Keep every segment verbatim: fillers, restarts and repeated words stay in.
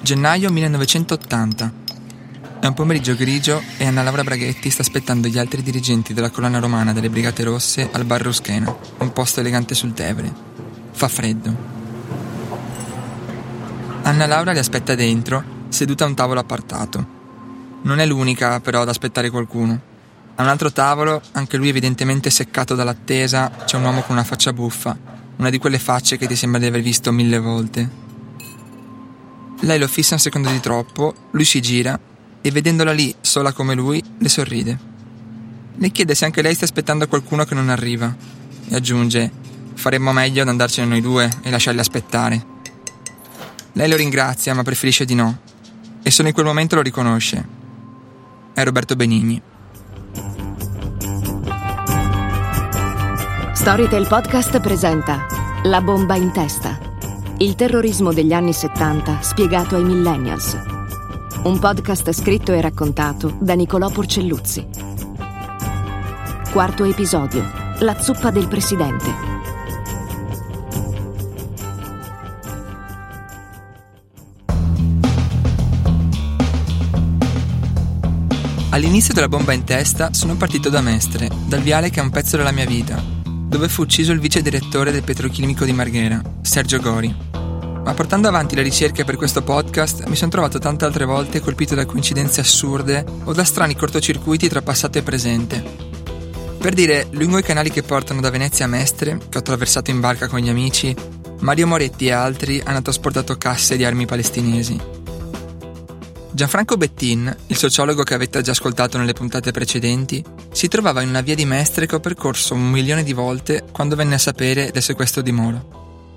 Gennaio millenovecentottanta. È un pomeriggio grigio e Anna Laura Braghetti sta aspettando gli altri dirigenti della collana romana delle Brigate Rosse al bar Ruschena, un posto elegante sul Tevere. Fa freddo. Anna Laura li aspetta dentro, seduta a un tavolo appartato. Non è l'unica, però, ad aspettare qualcuno. A un altro tavolo, anche lui evidentemente seccato dall'attesa, c'è un uomo con una faccia buffa, una di quelle facce che ti sembra di aver visto mille volte. Lei lo fissa un secondo di troppo, lui si gira e vedendola lì, sola come lui, le sorride. Le chiede se anche lei sta aspettando qualcuno che non arriva e aggiunge: faremmo meglio ad andarcene noi due e lasciarli aspettare. Lei lo ringrazia, ma preferisce di no, e solo in quel momento lo riconosce. È Roberto Benigni. Storytel Podcast presenta La bomba in testa. Il terrorismo degli anni settanta spiegato ai millennials. Un podcast scritto e raccontato da Nicolò Porcelluzzi. Quarto episodio. La zuppa del presidente. All'inizio della bomba in testa sono partito da Mestre, dal viale che è un pezzo della mia vita, dove fu ucciso il vice direttore del petrochimico di Marghera, Sergio Gori. Ma portando avanti le ricerche per questo podcast mi sono trovato tante altre volte colpito da coincidenze assurde o da strani cortocircuiti tra passato e presente. Per dire, lungo i canali che portano da Venezia a Mestre, che ho attraversato in barca con gli amici, Mario Moretti e altri hanno trasportato casse di armi palestinesi. Gianfranco Bettin, il sociologo che avete già ascoltato nelle puntate precedenti, si trovava in una via di Mestre che ho percorso un milione di volte quando venne a sapere del sequestro di Moro.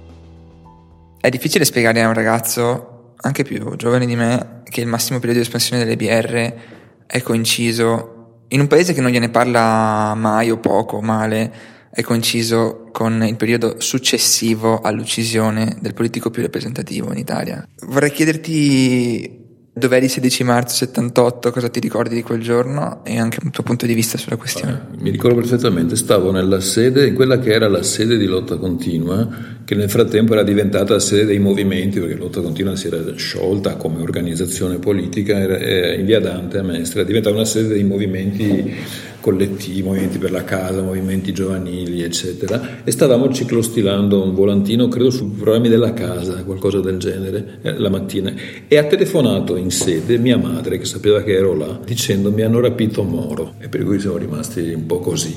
È difficile spiegare a un ragazzo, anche più giovane di me, che il massimo periodo di espansione delle B R è coinciso, in un paese che non gliene parla mai o poco, male, è coinciso con il periodo successivo all'uccisione del politico più rappresentativo in Italia. Vorrei chiederti dov'eri il sedici marzo settantotto, cosa ti ricordi di quel giorno e anche un tuo punto di vista sulla questione. Ah, mi ricordo perfettamente, stavo nella sede, in quella che era la sede di Lotta Continua, che nel frattempo era diventata la sede dei movimenti, perché Lotta Continua si era sciolta come organizzazione politica, era, era in via Dante a Mestre, era diventata una sede dei movimenti collettivi, movimenti per la casa, movimenti giovanili, eccetera, e stavamo ciclostilando un volantino, credo sui programmi della casa, qualcosa del genere, eh, la mattina, e ha telefonato in sede mia madre, che sapeva che ero là, dicendo: mi hanno rapito Moro, e per cui siamo rimasti un po' così.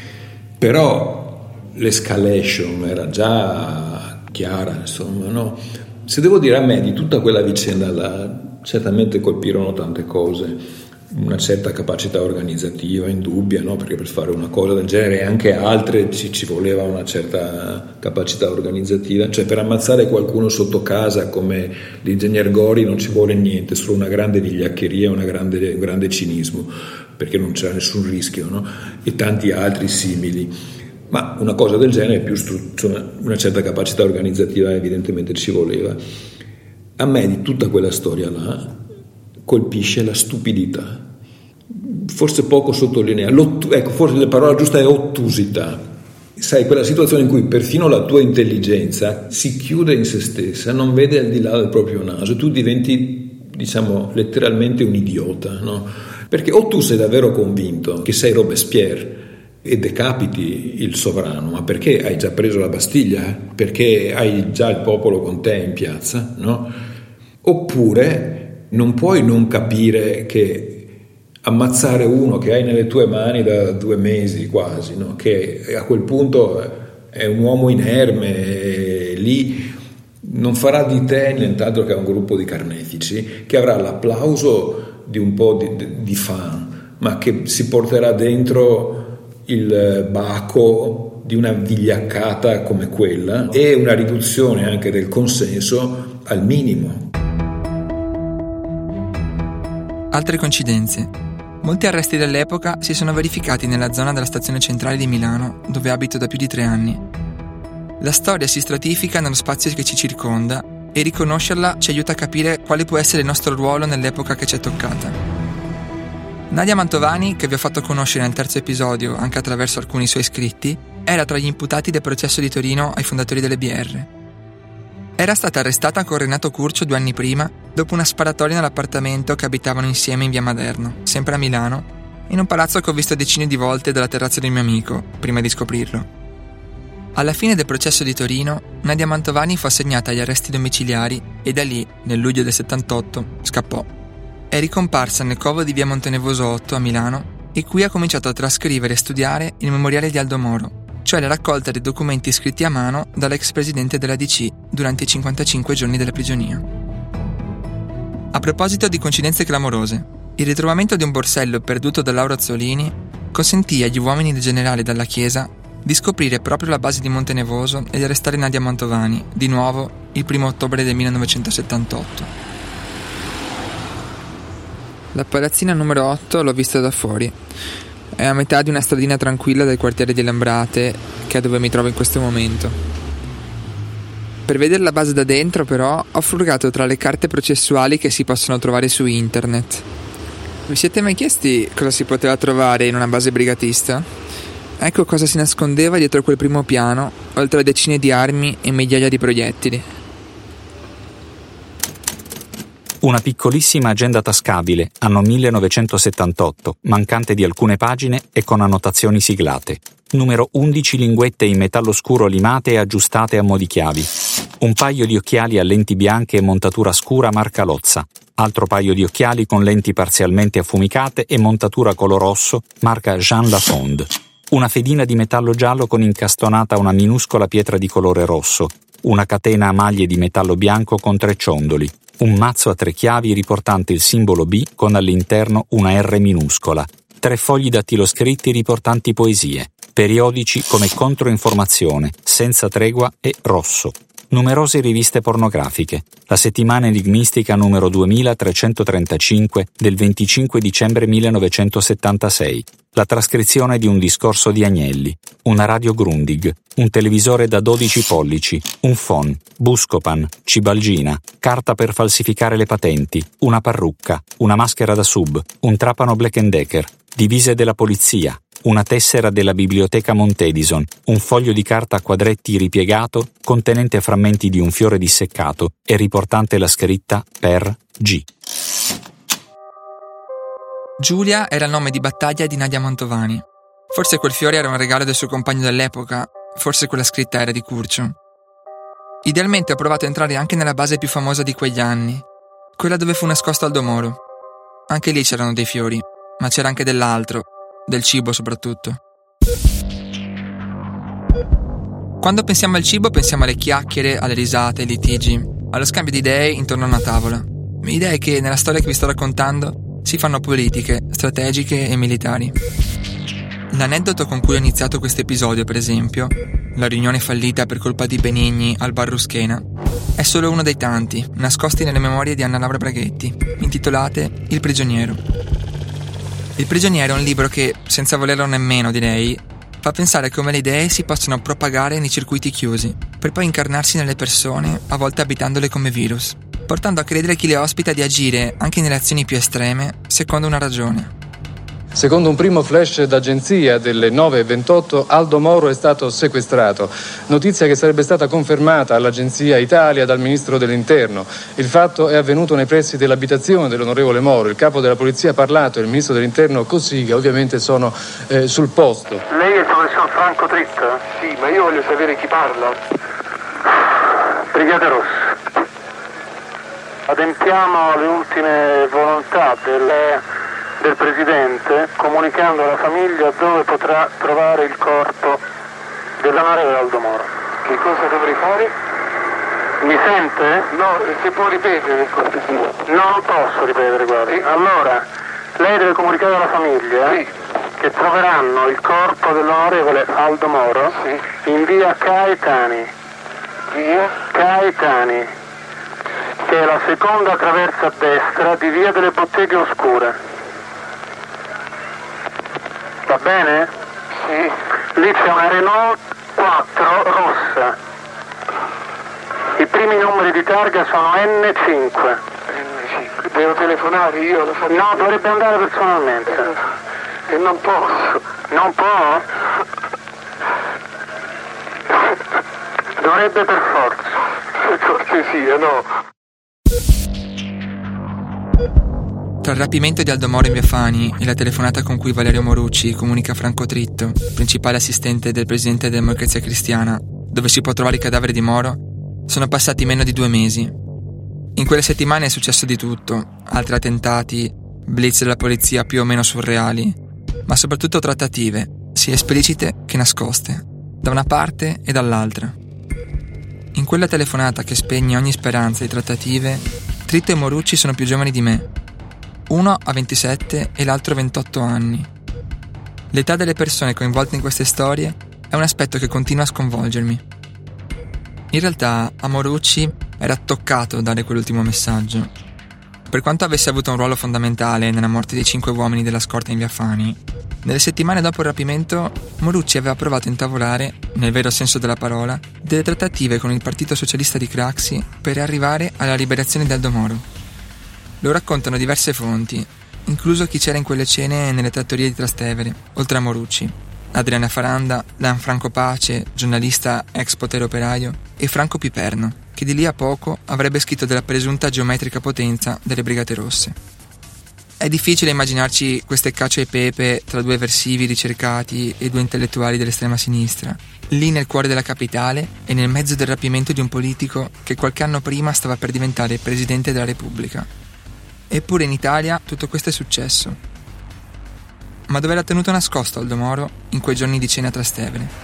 Però l'escalation era già chiara, insomma, no? Se devo dire, a me di tutta quella vicenda là certamente colpirono tante cose, una certa capacità organizzativa indubbia, no? Perché per fare una cosa del genere e anche altre ci, ci voleva una certa capacità organizzativa, cioè per ammazzare qualcuno sotto casa come l'ingegner Gori non ci vuole niente, solo una grande vigliaccheria, una grande, un grande cinismo, perché non c'era nessun rischio, no? E tanti altri simili. Ma una cosa del genere, più stru- una certa capacità organizzativa evidentemente ci voleva. A me di tutta quella storia là colpisce la stupidità, forse poco sottolineata, ecco, forse la parola giusta è ottusità. Sai, quella situazione in cui perfino la tua intelligenza si chiude in se stessa, non vede al di là del proprio naso, tu diventi, diciamo, letteralmente un idiota, no? Perché o tu sei davvero convinto che sei Robespierre e decapiti il sovrano, ma perché hai già preso la Bastiglia? Perché hai già il popolo con te in piazza, no? Oppure non puoi non capire che ammazzare uno che hai nelle tue mani da due mesi quasi, no? Che a quel punto è un uomo inerme, lì non farà di te nient'altro che un gruppo di carnefici che avrà l'applauso di un po' di, di fan, ma che si porterà dentro il baco di una vigliaccata come quella e una riduzione anche del consenso al minimo. Altre coincidenze. Molti arresti dell'epoca si sono verificati nella zona della stazione centrale di Milano, dove abito da più di tre anni. La storia si stratifica nello spazio che ci circonda e riconoscerla ci aiuta a capire quale può essere il nostro ruolo nell'epoca che ci è toccata. Nadia Mantovani, che vi ho fatto conoscere nel terzo episodio anche attraverso alcuni suoi scritti, era tra gli imputati del processo di Torino ai fondatori delle B R. Era stata arrestata con Renato Curcio due anni prima dopo una sparatoria nell'appartamento che abitavano insieme in via Maderno, sempre a Milano, in un palazzo che ho visto decine di volte dalla terrazza di un mio amico, prima di scoprirlo. Alla fine del processo di Torino, Nadia Mantovani fu assegnata agli arresti domiciliari e da lì, nel luglio del settantotto, scappò. È ricomparsa nel covo di via Montenevoso otto a Milano e qui ha cominciato a trascrivere e studiare il memoriale di Aldo Moro, cioè la raccolta dei documenti scritti a mano dall'ex presidente della D C durante i cinquantacinque giorni della prigionia. A proposito di coincidenze clamorose, il ritrovamento di un borsello perduto da Lauro Azzolini consentì agli uomini del generale dalla Chiesa di scoprire proprio la base di Montenevoso e di arrestare Nadia Mantovani, di nuovo il primo ottobre del millenovecentosettantotto. La palazzina numero otto l'ho vista da fuori. È a metà di una stradina tranquilla del quartiere di Lambrate, che è dove mi trovo in questo momento. Per vedere la base da dentro, però, ho frugato tra le carte processuali che si possono trovare su internet. Vi siete mai chiesti cosa si poteva trovare in una base brigatista? Ecco cosa si nascondeva dietro quel primo piano, oltre a decine di armi e migliaia di proiettili. Una piccolissima agenda tascabile, anno millenovecentosettantotto, mancante di alcune pagine e con annotazioni siglate. Numero undici linguette in metallo scuro limate e aggiustate a mo' di chiavi. Un paio di occhiali a lenti bianche e montatura scura marca Lozza. Altro paio di occhiali con lenti parzialmente affumicate e montatura color rosso marca Jean Lafond. Una fedina di metallo giallo con incastonata una minuscola pietra di colore rosso. Una catena a maglie di metallo bianco con tre ciondoli. Un mazzo a tre chiavi riportante il simbolo B con all'interno una R minuscola. Tre fogli dattiloscritti riportanti poesie. Periodici come Controinformazione, Senza Tregua e Rosso. Numerose riviste pornografiche. La settimana enigmistica numero duemilatrecentotrentacinque del venticinque dicembre millenovecentosettantasei. La trascrizione di un discorso di Agnelli. Una radio Grundig. Un televisore da dodici pollici. Un phon. Buscopan. Cibalgina. Carta per falsificare le patenti. Una parrucca. Una maschera da sub. Un trapano Black and Decker. Divise della polizia. Una tessera della biblioteca Montedison, un foglio di carta a quadretti ripiegato contenente frammenti di un fiore disseccato e riportante la scritta per G. Giulia era il nome di battaglia di Nadia Mantovani. Forse quel fiore era un regalo del suo compagno dell'epoca, forse quella scritta era di Curcio. Idealmente ho provato a entrare anche nella base più famosa di quegli anni, quella dove fu nascosto Aldo Moro. Anche lì c'erano dei fiori, ma c'era anche dell'altro. Del cibo soprattutto. Quando pensiamo al cibo pensiamo alle chiacchiere, alle risate, ai litigi, allo scambio di idee intorno a una tavola. Idee che nella storia che vi sto raccontando si fanno politiche, strategiche e militari. L'aneddoto con cui ho iniziato questo episodio, per esempio, la riunione fallita per colpa di Benigni al bar Ruschena, è solo uno dei tanti nascosti nelle memorie di Anna Laura Braghetti, intitolate Il prigioniero. Il prigioniero è un libro che, senza volerlo nemmeno direi, fa pensare come le idee si possono propagare nei circuiti chiusi, per poi incarnarsi nelle persone, a volte abitandole come virus, portando a credere chi le ospita di agire, anche nelle azioni più estreme, secondo una ragione. Secondo un primo flash d'agenzia delle nove e ventotto, Aldo Moro è stato sequestrato. Notizia che sarebbe stata confermata all'agenzia Italia dal ministro dell'Interno. Il fatto è avvenuto nei pressi dell'abitazione dell'onorevole Moro. Il capo della polizia ha parlato e il ministro dell'Interno Cossiga ovviamente sono eh, sul posto. Lei è il professor Franco Tritta? Sì, ma io voglio sapere chi parla. Brigata Rossa. Adempiamo alle ultime volontà del... del Presidente, comunicando alla famiglia dove potrà trovare il corpo dell'onorevole Aldo Moro. Che cosa dovrei fare? Mi sente? No, se può ripetere, cortesia. Non posso ripetere, guarda. Sì. Allora, lei deve comunicare alla famiglia sì. che troveranno il corpo dell'onorevole Aldo Moro sì. in via Caetani. Via? Caetani, che è la seconda traversa a destra di via delle Botteghe Oscure. Va bene? Sì. Lì c'è una Renault quattro rossa. I primi numeri di targa sono N cinque. N cinque. Devo telefonare io alla famiglia? No, dovrebbe andare personalmente. E non posso. Non può? Dovrebbe per forza. Per cortesia, no. Tra il rapimento di Aldo Moro in via Fani e la telefonata con cui Valerio Morucci comunica a Franco Tritto, principale assistente del presidente della Democrazia Cristiana, dove si può trovare il cadavere di Moro, sono passati meno di due mesi. In quelle settimane è successo di tutto: altri attentati, blitz della polizia più o meno surreali, ma soprattutto trattative, sia esplicite che nascoste, da una parte e dall'altra. In quella telefonata che spegne ogni speranza di trattative, Tritto e Morucci sono più giovani di me. Uno ha ventisette e l'altro ventotto anni. L'età delle persone coinvolte in queste storie è un aspetto che continua a sconvolgermi. In realtà a Morucci era toccato dare quell'ultimo messaggio. Per quanto avesse avuto un ruolo fondamentale nella morte dei cinque uomini della scorta in via Fani, nelle settimane dopo il rapimento Morucci aveva provato a intavolare, nel vero senso della parola, delle trattative con il Partito Socialista di Craxi per arrivare alla liberazione di Aldo Moro. Lo raccontano diverse fonti, incluso chi c'era in quelle cene nelle trattorie di Trastevere, oltre a Morucci: Adriana Faranda, Lanfranco Pace, giornalista ex potere operaio, e Franco Piperno, che di lì a poco avrebbe scritto della presunta geometrica potenza delle Brigate Rosse. È difficile immaginarci queste cacio e pepe tra due eversivi ricercati e due intellettuali dell'estrema sinistra, lì nel cuore della capitale e nel mezzo del rapimento di un politico che qualche anno prima stava per diventare Presidente della Repubblica. Eppure in Italia tutto questo è successo. Ma dove era tenuto nascosto Aldo Moro in quei giorni di cena a Trastevere?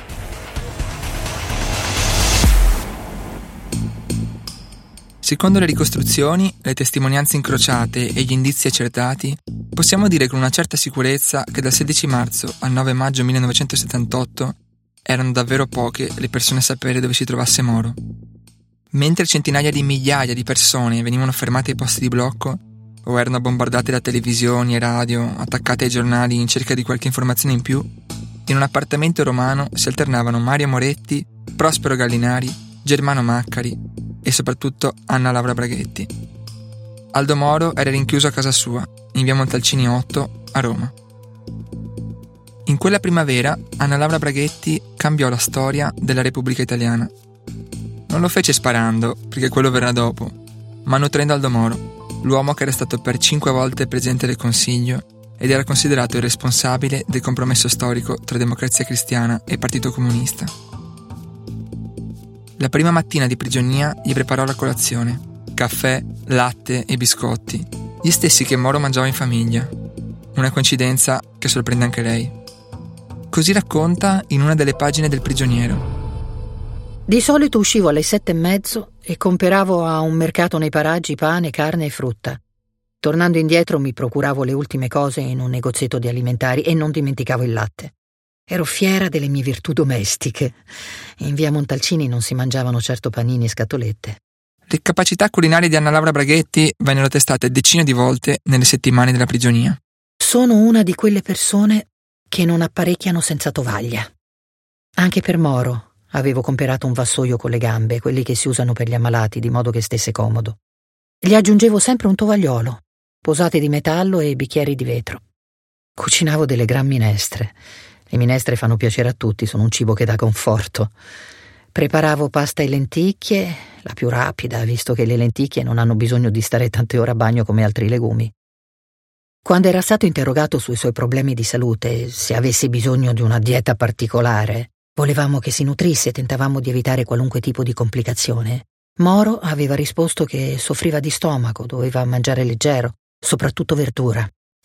Secondo le ricostruzioni, le testimonianze incrociate e gli indizi accertati, possiamo dire con una certa sicurezza che dal sedici marzo al nove maggio millenovecentosettantotto erano davvero poche le persone a sapere dove si trovasse Moro. Mentre centinaia di migliaia di persone venivano fermate ai posti di blocco o erano bombardate da televisioni e radio, attaccate ai giornali in cerca di qualche informazione in più, in un appartamento romano si alternavano Mario Moretti, Prospero Gallinari, Germano Maccari e soprattutto Anna Laura Braghetti. Aldo Moro era rinchiuso a casa sua, in via Montalcini otto, a Roma. In quella primavera Anna Laura Braghetti cambiò la storia della Repubblica Italiana. Non lo fece sparando, perché quello verrà dopo, ma nutrendo Aldo Moro, l'uomo che era stato per cinque volte Presidente del Consiglio ed era considerato il responsabile del compromesso storico tra Democrazia Cristiana e Partito Comunista. La prima mattina di prigionia gli preparò la colazione: caffè, latte e biscotti, gli stessi che Moro mangiava in famiglia. Una coincidenza che sorprende anche lei. Così racconta in una delle pagine del Prigioniero. Di solito uscivo alle sette e mezzo e comperavo a un mercato nei paraggi pane, carne e frutta. Tornando indietro mi procuravo le ultime cose in un negozietto di alimentari e non dimenticavo il latte. Ero fiera delle mie virtù domestiche. In via Montalcini non si mangiavano certo panini e scatolette. Le capacità culinarie di Anna Laura Braghetti vennero testate decine di volte nelle settimane della prigionia. Sono una di quelle persone che non apparecchiano senza tovaglia. Anche per Moro avevo comperato un vassoio con le gambe, quelli che si usano per gli ammalati, di modo che stesse comodo. Gli aggiungevo sempre un tovagliolo, posate di metallo e bicchieri di vetro. Cucinavo delle gran minestre. Le minestre fanno piacere a tutti, sono un cibo che dà conforto. Preparavo pasta e lenticchie, la più rapida, visto che le lenticchie non hanno bisogno di stare tante ore a bagno come altri legumi. Quando era stato interrogato sui suoi problemi di salute, se avesse bisogno di una dieta particolare, volevamo che si nutrisse e tentavamo di evitare qualunque tipo di complicazione. Moro aveva risposto che soffriva di stomaco, doveva mangiare leggero, soprattutto verdura.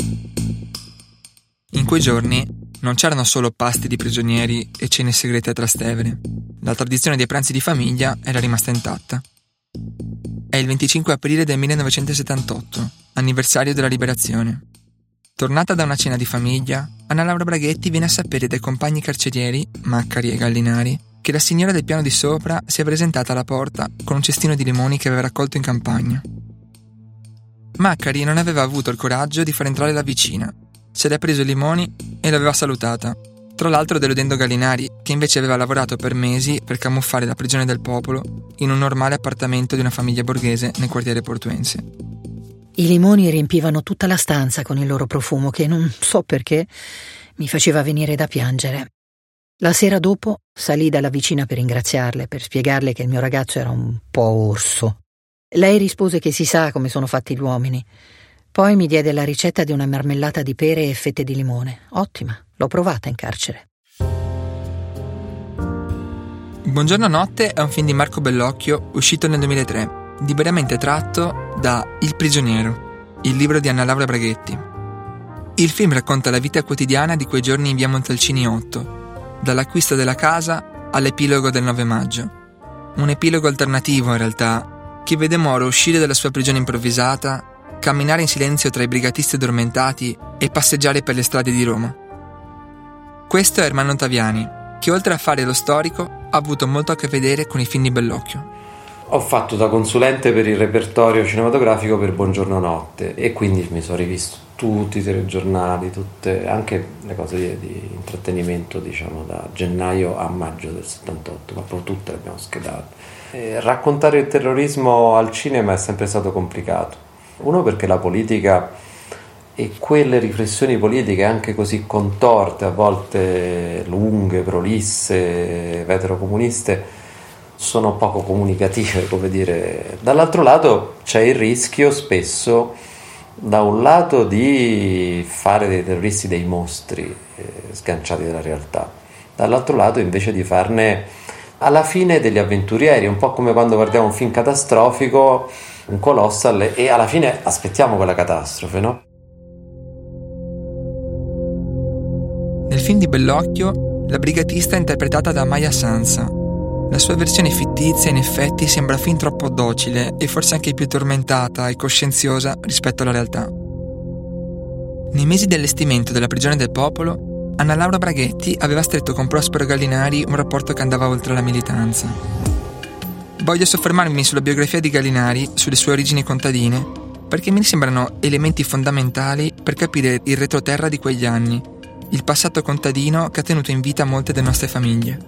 In quei giorni non c'erano solo pasti di prigionieri e cene segrete a Trastevere. La tradizione dei pranzi di famiglia era rimasta intatta. È il venticinque aprile del millenovecentosettantotto, anniversario della liberazione. Tornata da una cena di famiglia, Anna Laura Braghetti viene a sapere dai compagni carcerieri, Maccari e Gallinari, che la signora del piano di sopra si è presentata alla porta con un cestino di limoni che aveva raccolto in campagna. Maccari non aveva avuto il coraggio di far entrare la vicina. Se l'è preso i limoni e l'aveva salutata, tra l'altro deludendo Gallinari, che invece aveva lavorato per mesi per camuffare la prigione del popolo in un normale appartamento di una famiglia borghese nel quartiere portuense. I limoni riempivano tutta la stanza con il loro profumo che, non so perché, mi faceva venire da piangere. La sera dopo salì dalla vicina per ringraziarle, per spiegarle che il mio ragazzo era un po' orso. Lei rispose che si sa come sono fatti gli uomini. Poi mi diede la ricetta di una marmellata di pere e fette di limone. Ottima, l'ho provata in carcere. Buongiorno notte è un film di Marco Bellocchio uscito nel duemilatré, liberamente tratto da Il prigioniero, il libro di Anna Laura Braghetti. Il film racconta la vita quotidiana di quei giorni in via Montalcini otto, dall'acquisto della casa all'epilogo del nove maggio. Un epilogo alternativo in realtà, che vede Moro uscire dalla sua prigione improvvisata, camminare in silenzio tra i brigatisti addormentati e passeggiare per le strade di Roma. Questo è Ermanno Taviani, che oltre a fare lo storico ha avuto molto a che vedere con i film di Bellocchio. Ho fatto da consulente per il repertorio cinematografico per Buongiorno Notte e quindi mi sono rivisto tutti i telegiornali, tutte, anche le cose di, di intrattenimento, diciamo, da gennaio a maggio del settantotto, ma proprio tutte le abbiamo schedate. E raccontare il terrorismo al cinema è sempre stato complicato. Uno perché la politica e quelle riflessioni politiche anche così contorte, a volte lunghe, prolisse, veterocomuniste, sono poco comunicative, come dire. Dall'altro lato c'è il rischio spesso, da un lato, di fare dei terroristi dei mostri eh, sganciati dalla realtà, dall'altro lato invece di farne alla fine degli avventurieri, un po' come quando guardiamo un film catastrofico, un colossal, e alla fine aspettiamo quella catastrofe, no? Nel film di Bellocchio, la brigatista è interpretata da Maya Sansa. La sua versione fittizia in effetti sembra fin troppo docile e forse anche più tormentata e coscienziosa rispetto alla realtà. Nei mesi di allestimento della prigione del popolo, Anna Laura Braghetti aveva stretto con Prospero Gallinari un rapporto che andava oltre la militanza. Voglio soffermarmi sulla biografia di Gallinari, sulle sue origini contadine, perché mi sembrano elementi fondamentali per capire il retroterra di quegli anni, il passato contadino che ha tenuto in vita molte delle nostre famiglie.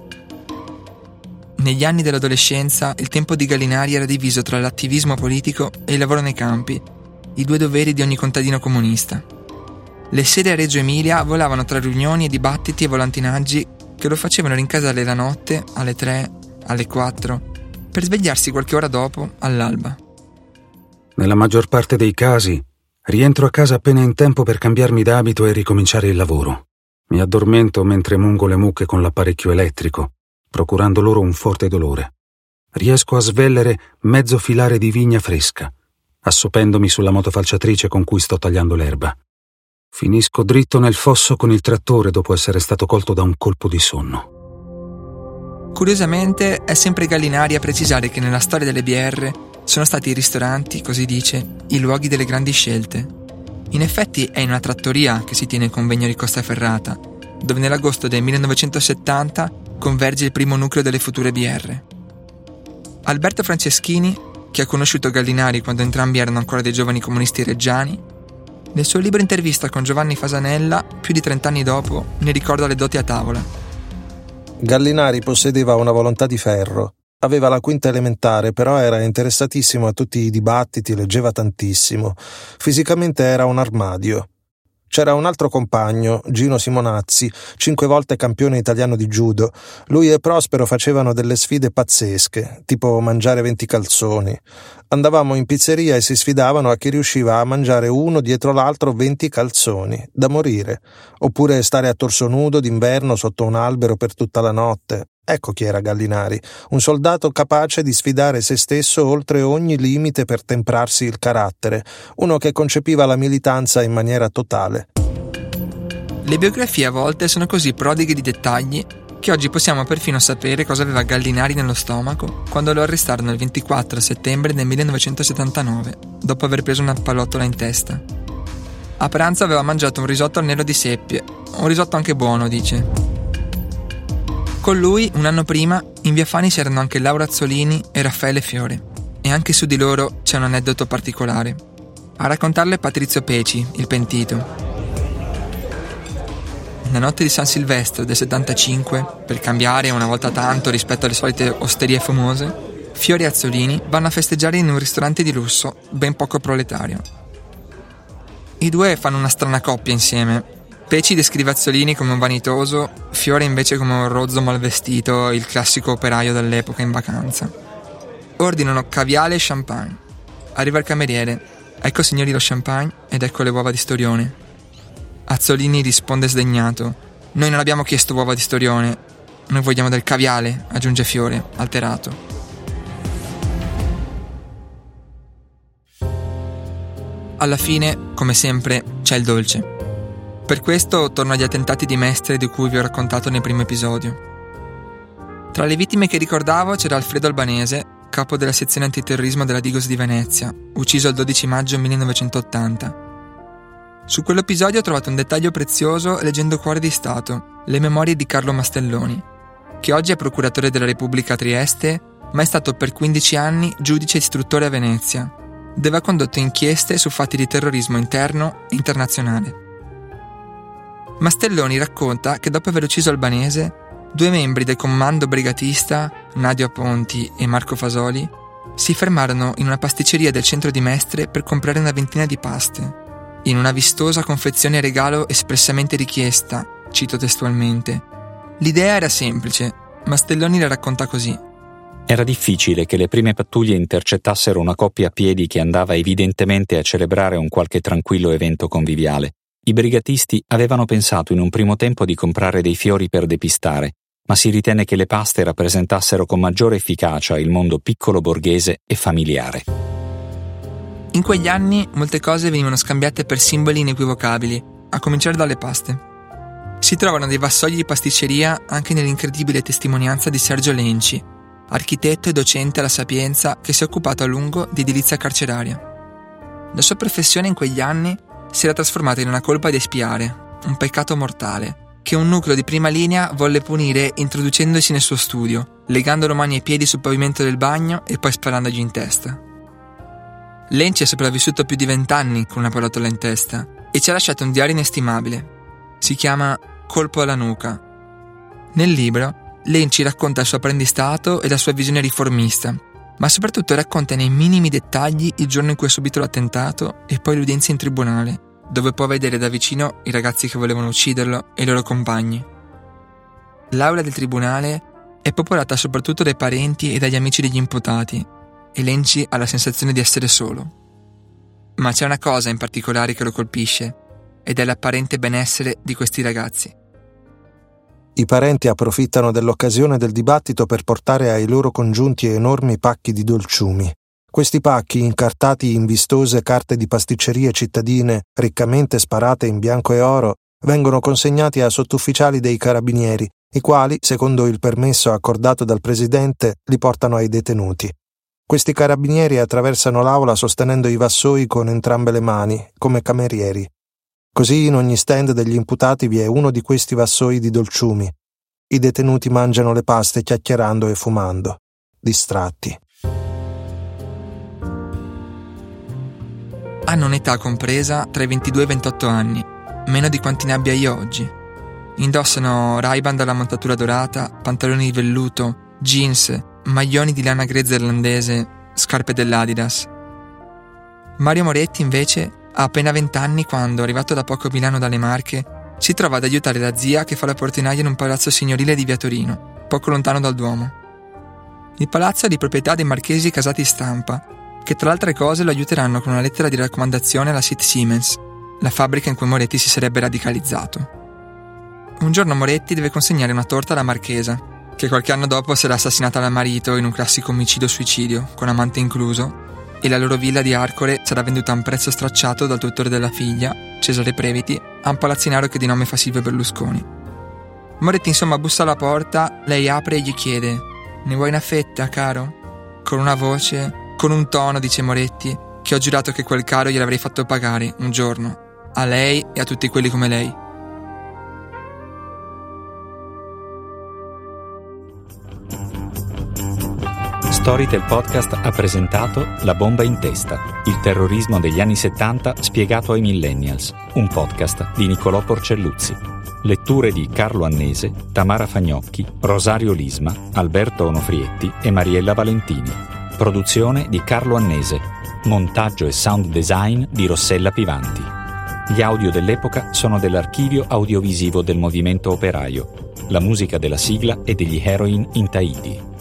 Negli anni dell'adolescenza il tempo di Gallinari era diviso tra l'attivismo politico e il lavoro nei campi, i due doveri di ogni contadino comunista. Le sere a Reggio Emilia volavano tra riunioni e dibattiti e volantinaggi che lo facevano rincasare la notte alle tre, alle quattro, per svegliarsi qualche ora dopo, all'alba. Nella maggior parte dei casi rientro a casa appena in tempo per cambiarmi d'abito e ricominciare il lavoro. Mi addormento mentre mungo le mucche con l'apparecchio elettrico, procurando loro un forte dolore. Riesco a svellere mezzo filare di vigna fresca, assopendomi sulla motofalciatrice con cui sto tagliando l'erba. Finisco dritto nel fosso con il trattore dopo essere stato colto da un colpo di sonno. Curiosamente è sempre Gallinari a precisare che nella storia delle B R sono stati i ristoranti, così dice, i luoghi delle grandi scelte. In effetti è in una trattoria che si tiene il convegno di Costaferrata, dove nell'agosto del millenovecentosettanta converge il primo nucleo delle future B R. Alberto Franceschini, che ha conosciuto Gallinari quando entrambi erano ancora dei giovani comunisti reggiani, nel suo libro intervista con Giovanni Fasanella, più di trent'anni dopo, ne ricorda le doti a tavola. Gallinari possedeva una volontà di ferro. Aveva la quinta elementare, però era interessatissimo a tutti i dibattiti, leggeva tantissimo. Fisicamente era un armadio. C'era un altro compagno, Gino Simonazzi, cinque volte campione italiano di judo. Lui e Prospero facevano delle sfide pazzesche, tipo mangiare venti calzoni. Andavamo in pizzeria e si sfidavano a chi riusciva a mangiare uno dietro l'altro venti calzoni, da morire. Oppure stare a torso nudo d'inverno sotto un albero per tutta la notte. Ecco chi era Gallinari, un soldato capace di sfidare se stesso oltre ogni limite per temprarsi il carattere, uno che concepiva la militanza in maniera totale. Le biografie a volte sono così prodighe di dettagli che oggi possiamo perfino sapere cosa aveva Gallinari nello stomaco quando lo arrestarono il ventiquattro settembre del millenovecentosettantanove, dopo aver preso una pallottola in testa. A pranzo aveva mangiato un risotto al nero di seppie, un risotto anche buono, dice. Con lui, un anno prima, in via Fani c'erano anche Laura Azzolini e Raffaele Fiore, e anche su di loro c'è un aneddoto particolare. A raccontarlo è Patrizio Peci, il pentito. La notte di San Silvestro del settantacinque, per cambiare una volta tanto rispetto alle solite osterie famose, Fiore e Azzolini vanno a festeggiare in un ristorante di lusso, ben poco proletario. I due fanno una strana coppia insieme. Peci descrive Azzolini come un vanitoso, Fiore invece come un rozzo malvestito, il classico operaio dell'epoca in vacanza. Ordinano caviale e champagne. Arriva il cameriere. Ecco signori lo champagne ed ecco le uova di storione. Azzolini risponde sdegnato: noi non abbiamo chiesto uova di storione, noi vogliamo del caviale, aggiunge Fiore, alterato. Alla fine, come sempre, c'è il dolce. Per questo torno agli attentati di Mestre di cui vi ho raccontato nel primo episodio. Tra le vittime che ricordavo c'era Alfredo Albanese, capo della sezione antiterrorismo della Digos di Venezia, ucciso il dodici maggio millenovecentottanta. Su quell'episodio ho trovato un dettaglio prezioso leggendo Cuore di Stato, le memorie di Carlo Mastelloni, che oggi è procuratore della Repubblica a Trieste, ma è stato per quindici anni giudice istruttore a Venezia, dove ha condotto inchieste su fatti di terrorismo interno e internazionale. Mastelloni racconta che dopo aver ucciso Albanese, due membri del comando brigatista, Nadio Ponti e Marco Fasoli, si fermarono in una pasticceria del centro di Mestre per comprare una ventina di paste, in una vistosa confezione regalo espressamente richiesta, cito testualmente. L'idea era semplice, Mastelloni la racconta così. Era difficile che le prime pattuglie intercettassero una coppia a piedi che andava evidentemente a celebrare un qualche tranquillo evento conviviale. I brigatisti avevano pensato in un primo tempo di comprare dei fiori per depistare, ma si ritenne che le paste rappresentassero con maggiore efficacia il mondo piccolo borghese e familiare. In quegli anni molte cose venivano scambiate per simboli inequivocabili, a cominciare dalle paste. Si trovano dei vassogli di pasticceria anche nell'incredibile testimonianza di Sergio Lenci, architetto e docente alla Sapienza che si è occupato a lungo di edilizia carceraria. La sua professione in quegli anni si era trasformata in una colpa da espiare, un peccato mortale, che un nucleo di prima linea volle punire introducendosi nel suo studio, legandolo mani e piedi sul pavimento del bagno e poi sparandogli in testa. Lenci è sopravvissuto più di vent'anni con una pallottola in testa e ci ha lasciato un diario inestimabile. Si chiama Colpo alla nuca. Nel libro, Lenci racconta il suo apprendistato e la sua visione riformista, ma soprattutto racconta nei minimi dettagli il giorno in cui ha subito l'attentato e poi l'udienza in tribunale, dove può vedere da vicino i ragazzi che volevano ucciderlo e i loro compagni. L'aula del tribunale è popolata soprattutto dai parenti e dagli amici degli imputati, e Lenci ha la sensazione di essere solo. Ma c'è una cosa in particolare che lo colpisce, ed è l'apparente benessere di questi ragazzi. I parenti approfittano dell'occasione del dibattito per portare ai loro congiunti enormi pacchi di dolciumi. Questi pacchi, incartati in vistose carte di pasticcerie cittadine riccamente sparate in bianco e oro, vengono consegnati a sottufficiali dei carabinieri, i quali, secondo il permesso accordato dal presidente, li portano ai detenuti. Questi carabinieri attraversano l'aula sostenendo i vassoi con entrambe le mani, come camerieri. Così in ogni stand degli imputati vi è uno di questi vassoi di dolciumi. I detenuti mangiano le paste chiacchierando e fumando, distratti. Hanno un'età compresa tra i ventidue e i ventotto anni, meno di quanti ne abbia io oggi. Indossano Ray-Ban dalla montatura dorata, pantaloni di velluto, jeans, maglioni di lana grezza irlandese, scarpe dell'Adidas. Mario Moretti, invece, ha appena vent'anni quando, arrivato da poco a Milano dalle Marche, si trova ad aiutare la zia che fa la portinaia in un palazzo signorile di Via Torino, poco lontano dal Duomo. Il palazzo è di proprietà dei marchesi Casati Stampa, che tra altre cose lo aiuteranno con una lettera di raccomandazione alla S I T Siemens, la fabbrica in cui Moretti si sarebbe radicalizzato. Un giorno Moretti deve consegnare una torta alla marchesa, che qualche anno dopo sarà assassinata dal marito in un classico omicidio-suicidio, con amante incluso, e la loro villa di Arcore sarà venduta a un prezzo stracciato dal tutore della figlia, Cesare Previti, a un palazzinaro che di nome fa Silvio Berlusconi. Moretti insomma bussa alla porta, lei apre e gli chiede: «Ne vuoi una fetta, caro?» Con una voce, con un tono, dice Moretti, che ho giurato che quel caro gliel'avrei fatto pagare un giorno, a lei e a tutti quelli come lei. Storytel Podcast ha presentato La bomba in testa, il terrorismo degli anni settanta spiegato ai millennials, un podcast di Nicolò Porcelluzzi. Letture di Carlo Annese, Tamara Fagnocchi, Rosario Lisma, Alberto Onofrietti e Mariella Valentini. Produzione di Carlo Annese. Montaggio e sound design di Rossella Pivanti. Gli audio dell'epoca sono dell'archivio audiovisivo del Movimento Operaio. La musica della sigla è degli Heroin in Tahiti.